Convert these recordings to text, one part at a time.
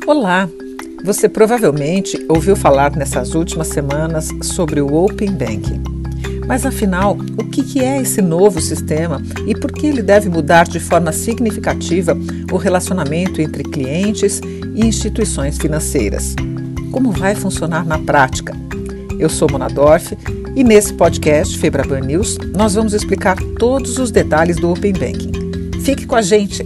Olá! Você provavelmente ouviu falar nessas últimas semanas sobre o Open Banking. Mas afinal, o que é esse novo sistema e por que ele deve mudar de forma significativa o relacionamento entre clientes e instituições financeiras? Como vai funcionar na prática? Eu sou Mona Dorf e nesse podcast Febraban News nós vamos explicar todos os detalhes do Open Banking. Fique com a gente!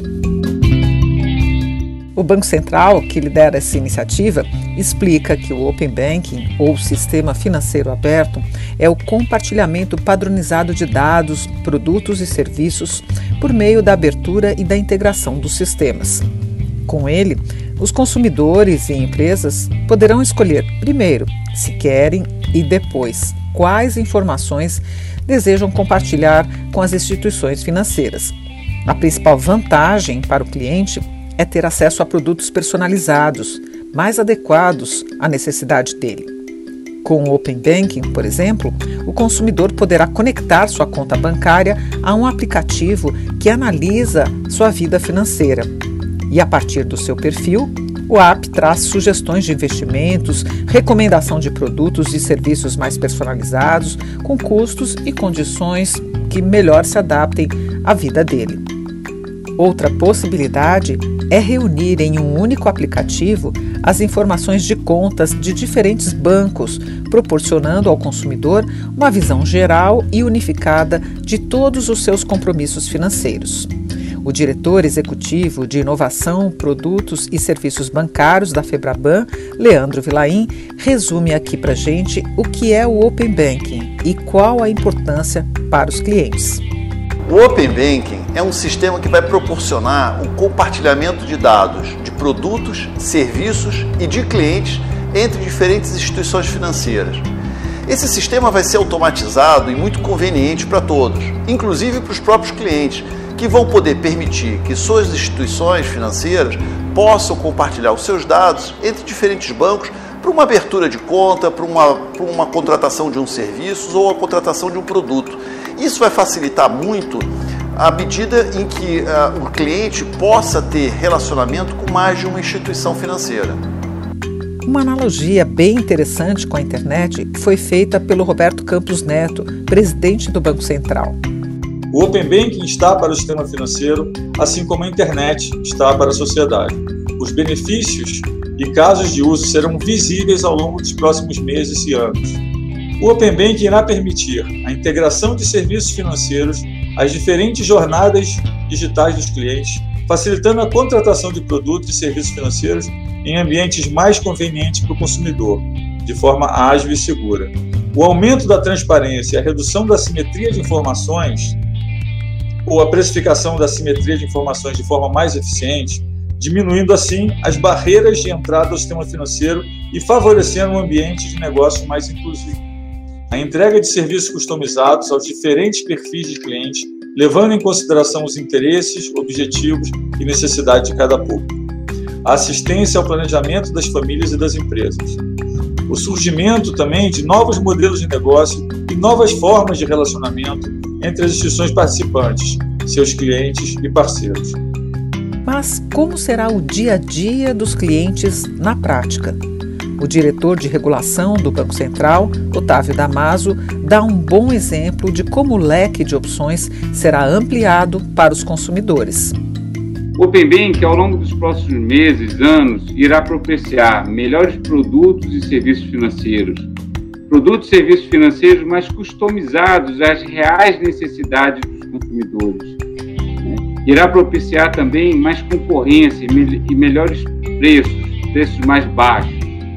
O Banco Central, que lidera essa iniciativa, explica que o Open Banking, ou Sistema Financeiro Aberto, é o compartilhamento padronizado de dados, produtos e serviços por meio da abertura e da integração dos sistemas. Com ele, os consumidores e empresas poderão escolher, primeiro, se querem e depois, quais informações desejam compartilhar com as instituições financeiras. A principal vantagem para o cliente é ter acesso a produtos personalizados, mais adequados à necessidade dele. Com o Open Banking, por exemplo, o consumidor poderá conectar sua conta bancária a um aplicativo que analisa sua vida financeira. E a partir do seu perfil, o app traz sugestões de investimentos, recomendação de produtos e serviços mais personalizados, com custos e condições que melhor se adaptem à vida dele. Outra possibilidade é reunir em um único aplicativo as informações de contas de diferentes bancos, proporcionando ao consumidor uma visão geral e unificada de todos os seus compromissos financeiros. O diretor executivo de Inovação, Produtos e Serviços Bancários da Febraban, Leandro Vilain, resume aqui para a gente o que é o Open Banking e qual a importância para os clientes. O Open Banking é um sistema que vai proporcionar o compartilhamento de dados de produtos, serviços e de clientes entre diferentes instituições financeiras. Esse sistema vai ser automatizado e muito conveniente para todos, inclusive para os próprios clientes, que vão poder permitir que suas instituições financeiras possam compartilhar os seus dados entre diferentes bancos para uma abertura de conta, para uma contratação de um serviço ou a contratação de um produto. Isso vai facilitar muito à medida em que o cliente possa ter relacionamento com mais de uma instituição financeira. Uma analogia bem interessante com a internet foi feita pelo Roberto Campos Neto, presidente do Banco Central. O Open Banking está para o sistema financeiro, assim como a internet está para a sociedade. Os benefícios e casos de uso serão visíveis ao longo dos próximos meses e anos. O Open Banking irá permitir a integração de serviços financeiros às diferentes jornadas digitais dos clientes, facilitando a contratação de produtos e serviços financeiros em ambientes mais convenientes para o consumidor, de forma ágil e segura. O aumento da transparência e a redução da assimetria de informações, ou a precificação da assimetria de informações de forma mais eficiente, diminuindo assim as barreiras de entrada ao sistema financeiro e favorecendo um ambiente de negócio mais inclusivo. A entrega de serviços customizados aos diferentes perfis de cliente, levando em consideração os interesses, objetivos e necessidades de cada público. A assistência ao planejamento das famílias e das empresas. O surgimento também de novos modelos de negócio e novas formas de relacionamento entre as instituições participantes, seus clientes e parceiros. Mas como será o dia a dia dos clientes na prática? O diretor de regulação do Banco Central, Otávio Damaso, dá um bom exemplo de como o leque de opções será ampliado para os consumidores. O Open Banking, ao longo dos próximos meses, anos, irá propiciar melhores produtos e serviços financeiros. Produtos e serviços financeiros mais customizados às reais necessidades dos consumidores. Irá propiciar também mais concorrência e melhores preços mais baixos.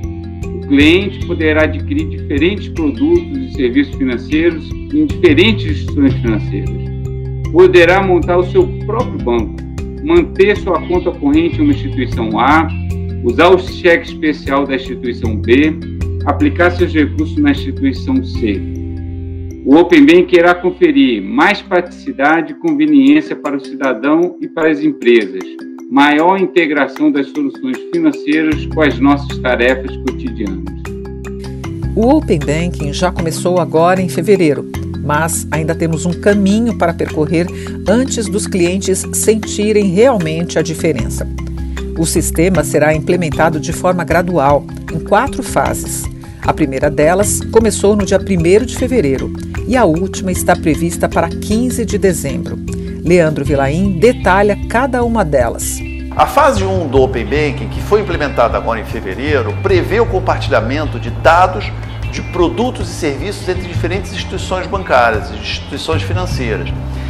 O cliente poderá adquirir diferentes produtos e serviços financeiros em diferentes instituições financeiras. Poderá montar o seu próprio banco, manter sua conta corrente em uma instituição A, usar o cheque especial da instituição B, aplicar seus recursos na instituição C. O Open Banking irá conferir mais praticidade e conveniência para o cidadão e para as empresas, maior integração das soluções financeiras com as nossas tarefas cotidianas. O Open Banking já começou agora em fevereiro, mas ainda temos um caminho para percorrer antes dos clientes sentirem realmente a diferença. O sistema será implementado de forma gradual, em 4 fases. A primeira delas começou no dia 1º de fevereiro e a última está prevista para 15 de dezembro. Leandro Vilain detalha cada uma delas. A fase 1 do Open Banking, que foi implementada agora em fevereiro, prevê o compartilhamento de dados de produtos e serviços entre diferentes instituições bancárias e instituições financeiras.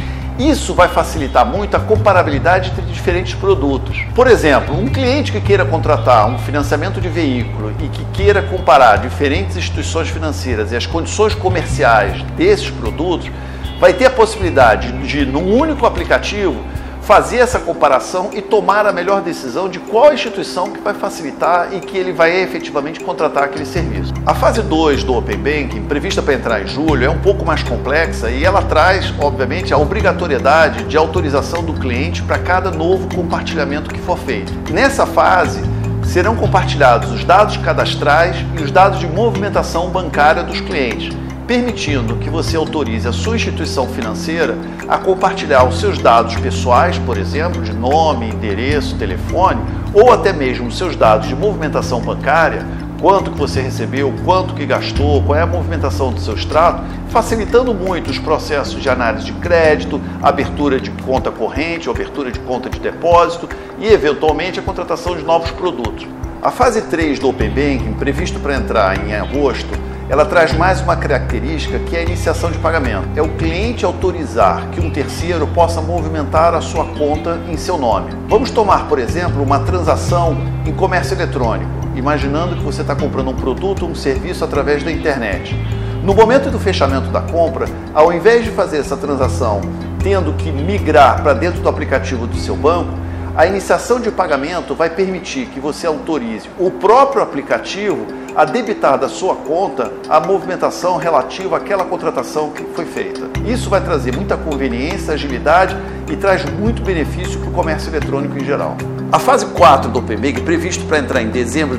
Isso vai facilitar muito a comparabilidade entre diferentes produtos. Por exemplo, um cliente que queira contratar um financiamento de veículo e que queira comparar diferentes instituições financeiras e as condições comerciais desses produtos, vai ter a possibilidade de, num único aplicativo, fazer essa comparação e tomar a melhor decisão de qual instituição que vai facilitar e que ele vai efetivamente contratar aquele serviço. A fase 2 do Open Banking, prevista para entrar em julho, é um pouco mais complexa e ela traz, obviamente, a obrigatoriedade de autorização do cliente para cada novo compartilhamento que for feito. Nessa fase, serão compartilhados os dados cadastrais e os dados de movimentação bancária dos clientes, permitindo que você autorize a sua instituição financeira a compartilhar os seus dados pessoais, por exemplo, de nome, endereço, telefone, ou até mesmo os seus dados de movimentação bancária, quanto que você recebeu, quanto que gastou, qual é a movimentação do seu extrato, facilitando muito os processos de análise de crédito, abertura de conta corrente, abertura de conta de depósito e, eventualmente, a contratação de novos produtos. A fase 3 do Open Banking, previsto para entrar em agosto, ela traz mais uma característica que é a iniciação de pagamento. É o cliente autorizar que um terceiro possa movimentar a sua conta em seu nome. Vamos tomar, por exemplo, uma transação em comércio eletrônico, imaginando que você está comprando um produto ou um serviço através da internet. No momento do fechamento da compra, ao invés de fazer essa transação tendo que migrar para dentro do aplicativo do seu banco, a iniciação de pagamento vai permitir que você autorize o próprio aplicativo a debitar da sua conta a movimentação relativa àquela contratação que foi feita. Isso vai trazer muita conveniência, agilidade e traz muito benefício para o comércio eletrônico em geral. A fase 4 do Open Banking, previsto para entrar em dezembro de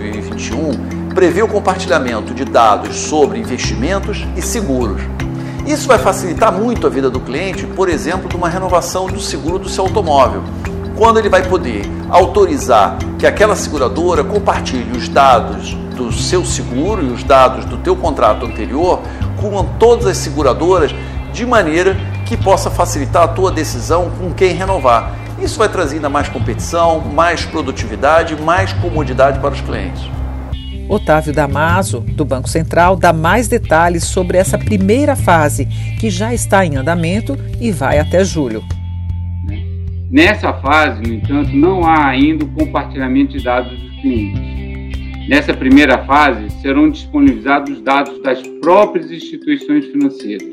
2021, prevê o compartilhamento de dados sobre investimentos e seguros. Isso vai facilitar muito a vida do cliente, por exemplo, de uma renovação do seguro do seu automóvel, quando ele vai poder autorizar que aquela seguradora compartilhe os dados do seu seguro e os dados do teu contrato anterior com todas as seguradoras, de maneira que possa facilitar a tua decisão com quem renovar. Isso vai trazer ainda mais competição, mais produtividade, mais comodidade para os clientes. Otávio Damaso, do Banco Central, dá mais detalhes sobre essa primeira fase, que já está em andamento e vai até julho. Nessa fase, no entanto, não há ainda o compartilhamento de dados dos clientes. Nessa primeira fase, serão disponibilizados dados das próprias instituições financeiras.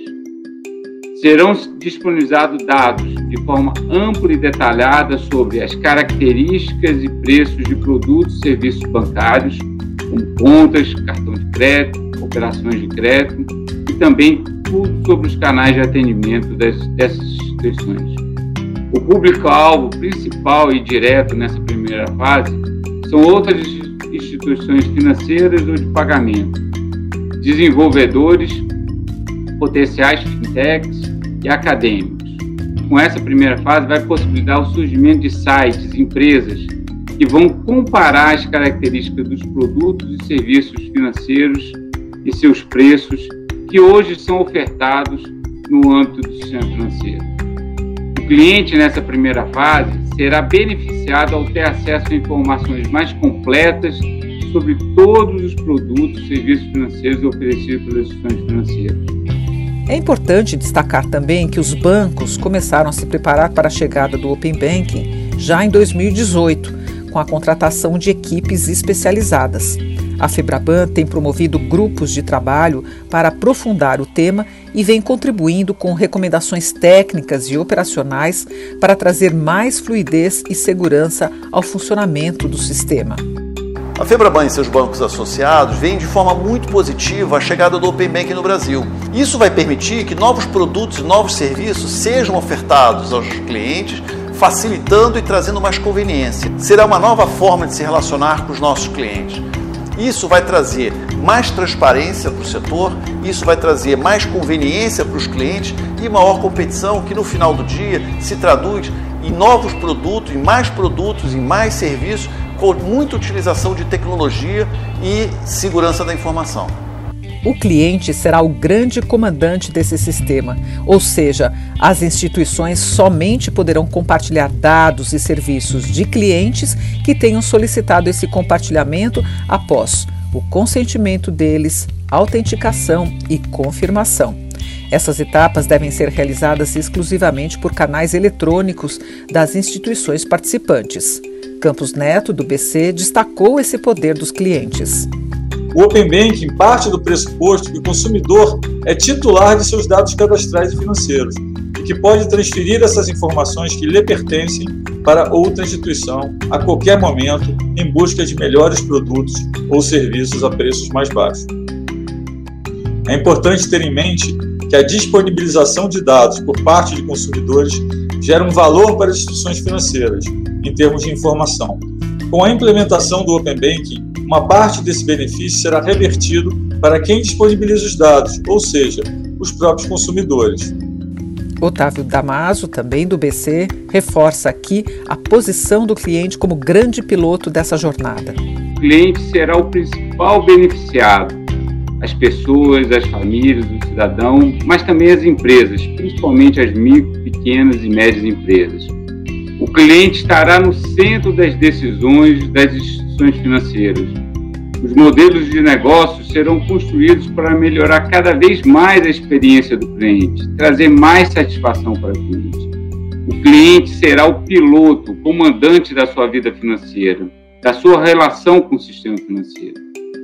Serão disponibilizados dados de forma ampla e detalhada sobre as características e preços de produtos e serviços bancários, como contas, cartão de crédito, operações de crédito e também tudo sobre os canais de atendimento dessas instituições. O público-alvo principal e direto nessa primeira fase são outras instituições financeiras ou de pagamento, desenvolvedores, potenciais fintechs e acadêmicos. Com essa primeira fase vai possibilitar o surgimento de sites, empresas que vão comparar as características dos produtos e serviços financeiros e seus preços que hoje são ofertados no âmbito do sistema financeiro. O cliente, nessa primeira fase, será beneficiado ao ter acesso a informações mais completas sobre todos os produtos e serviços financeiros oferecidos pelas instituições financeiras. É importante destacar também que os bancos começaram a se preparar para a chegada do Open Banking já em 2018, com a contratação de equipes especializadas. A Febraban tem promovido grupos de trabalho para aprofundar o tema e vem contribuindo com recomendações técnicas e operacionais para trazer mais fluidez e segurança ao funcionamento do sistema. A Febraban e seus bancos associados veem de forma muito positiva a chegada do Open Banking no Brasil. Isso vai permitir que novos produtos e novos serviços sejam ofertados aos clientes, facilitando e trazendo mais conveniência. Será uma nova forma de se relacionar com os nossos clientes. Isso vai trazer mais transparência para o setor, isso vai trazer mais conveniência para os clientes e maior competição, que no final do dia se traduz em novos produtos, em mais serviços, com muita utilização de tecnologia e segurança da informação. O cliente será o grande comandante desse sistema, ou seja, as instituições somente poderão compartilhar dados e serviços de clientes que tenham solicitado esse compartilhamento após o consentimento deles, autenticação e confirmação. Essas etapas devem ser realizadas exclusivamente por canais eletrônicos das instituições participantes. Campos Neto, do BC, destacou esse poder dos clientes. O Open Banking parte do pressuposto que o consumidor é titular de seus dados cadastrais e financeiros e que pode transferir essas informações que lhe pertencem para outra instituição a qualquer momento em busca de melhores produtos ou serviços a preços mais baixos. É importante ter em mente que a disponibilização de dados por parte de consumidores gera um valor para as instituições financeiras, em termos de informação. Com a implementação do Open Banking, uma parte desse benefício será revertido para quem disponibiliza os dados, ou seja, os próprios consumidores. Otávio Damaso, também do BC, reforça aqui a posição do cliente como grande piloto dessa jornada. O cliente será o principal beneficiado, as pessoas, as famílias, o cidadão, mas também as empresas, principalmente as micro, pequenas e médias empresas. O cliente estará no centro das decisões das instituições financeiras. Os modelos de negócio serão construídos para melhorar cada vez mais a experiência do cliente, trazer mais satisfação para o cliente. O cliente será o piloto, o comandante da sua vida financeira, da sua relação com o sistema financeiro.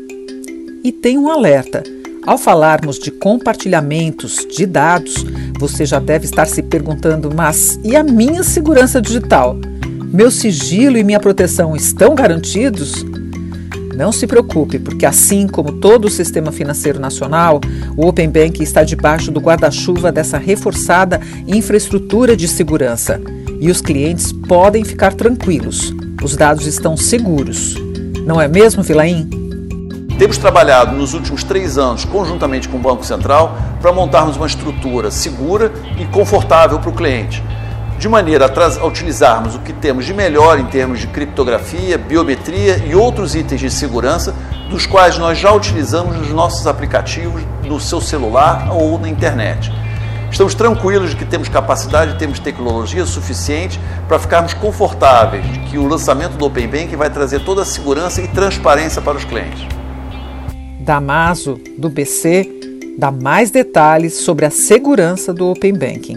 E tem um alerta. Ao falarmos de compartilhamentos de dados, você já deve estar se perguntando, mas e a minha segurança digital? Meu sigilo e minha proteção estão garantidos? Não se preocupe, porque assim como todo o sistema financeiro nacional, o Open Banking está debaixo do guarda-chuva dessa reforçada infraestrutura de segurança. E os clientes podem ficar tranquilos. Os dados estão seguros. Não é mesmo, Vilaim? Temos trabalhado nos últimos 3 anos conjuntamente com o Banco Central para montarmos uma estrutura segura e confortável para o cliente, de maneira a utilizarmos o que temos de melhor em termos de criptografia, biometria e outros itens de segurança, dos quais nós já utilizamos nos nossos aplicativos, no seu celular ou na internet. Estamos tranquilos de que temos capacidade, temos tecnologia suficiente para ficarmos confortáveis de que o lançamento do Open Banking vai trazer toda a segurança e transparência para os clientes. Damaso, do BC, dá mais detalhes sobre a segurança do Open Banking.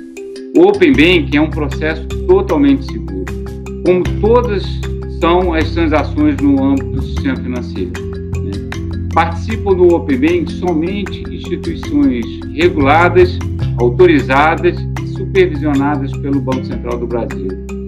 O Open Banking é um processo totalmente seguro, como todas são as transações no âmbito do sistema financeiro. Participam do Open Banking somente instituições reguladas, autorizadas e supervisionadas pelo Banco Central do Brasil.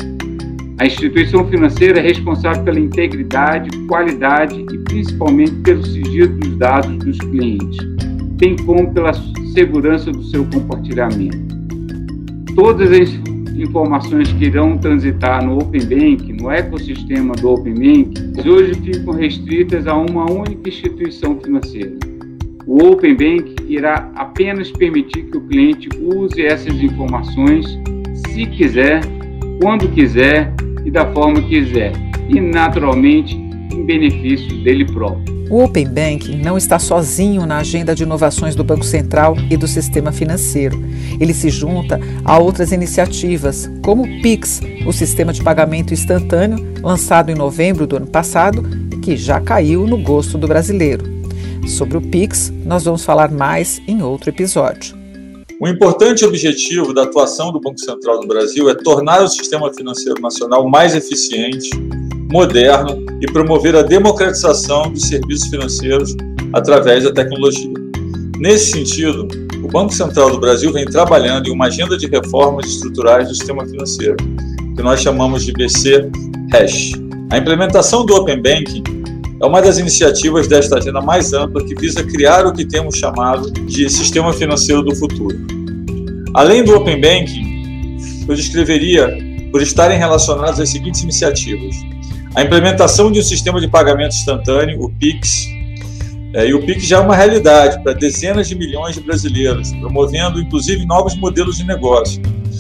A instituição financeira é responsável pela integridade, qualidade e principalmente pelo sigilo dos dados dos clientes, bem como pela segurança do seu compartilhamento. Todas as informações que irão transitar no Open Banking, no ecossistema do Open Banking, hoje ficam restritas a uma única instituição financeira. O Open Banking irá apenas permitir que o cliente use essas informações se quiser, quando quiser e da forma que quiser, e naturalmente em benefício dele próprio. O Open Banking não está sozinho na agenda de inovações do Banco Central e do sistema financeiro. Ele se junta a outras iniciativas, como o Pix, o sistema de pagamento instantâneo, lançado em novembro do ano passado e que já caiu no gosto do brasileiro. Sobre o Pix, nós vamos falar mais em outro episódio. Um importante objetivo da atuação do Banco Central do Brasil é tornar o sistema financeiro nacional mais eficiente, moderno e promover a democratização dos serviços financeiros através da tecnologia. Nesse sentido, o Banco Central do Brasil vem trabalhando em uma agenda de reformas estruturais do sistema financeiro, que nós chamamos de BC-Hash. A implementação do Open Banking é uma das iniciativas desta agenda mais ampla que visa criar o que temos chamado de sistema financeiro do futuro. Além do Open Banking, eu descreveria por estarem relacionados às seguintes iniciativas: a implementação de um sistema de pagamento instantâneo, o Pix, e o Pix já é uma realidade para dezenas de milhões de brasileiros, promovendo inclusive novos modelos de negócio.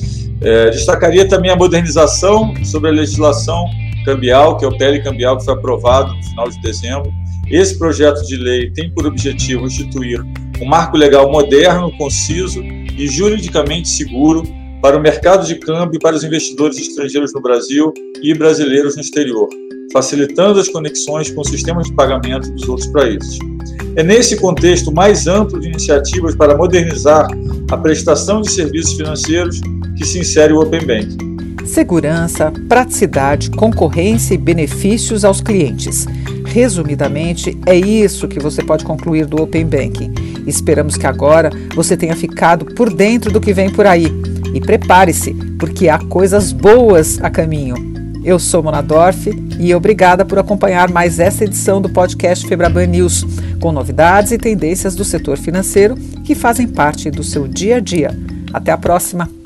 Destacaria também a modernização sobre a legislação cambial, que é o PL Cambial, que foi aprovado no final de dezembro. Esse projeto de lei tem por objetivo instituir um marco legal moderno, conciso e juridicamente seguro para o mercado de câmbio e para os investidores estrangeiros no Brasil e brasileiros no exterior, facilitando as conexões com sistemas de pagamento dos outros países. É nesse contexto mais amplo de iniciativas para modernizar a prestação de serviços financeiros que se insere o Open Banking. Segurança, praticidade, concorrência e benefícios aos clientes. Resumidamente, é isso que você pode concluir do Open Banking. Esperamos que agora você tenha ficado por dentro do que vem por aí. E prepare-se, porque há coisas boas a caminho. Eu sou Mona Dorf e obrigada por acompanhar mais essa edição do podcast Febraban News, com novidades e tendências do setor financeiro que fazem parte do seu dia a dia. Até a próxima!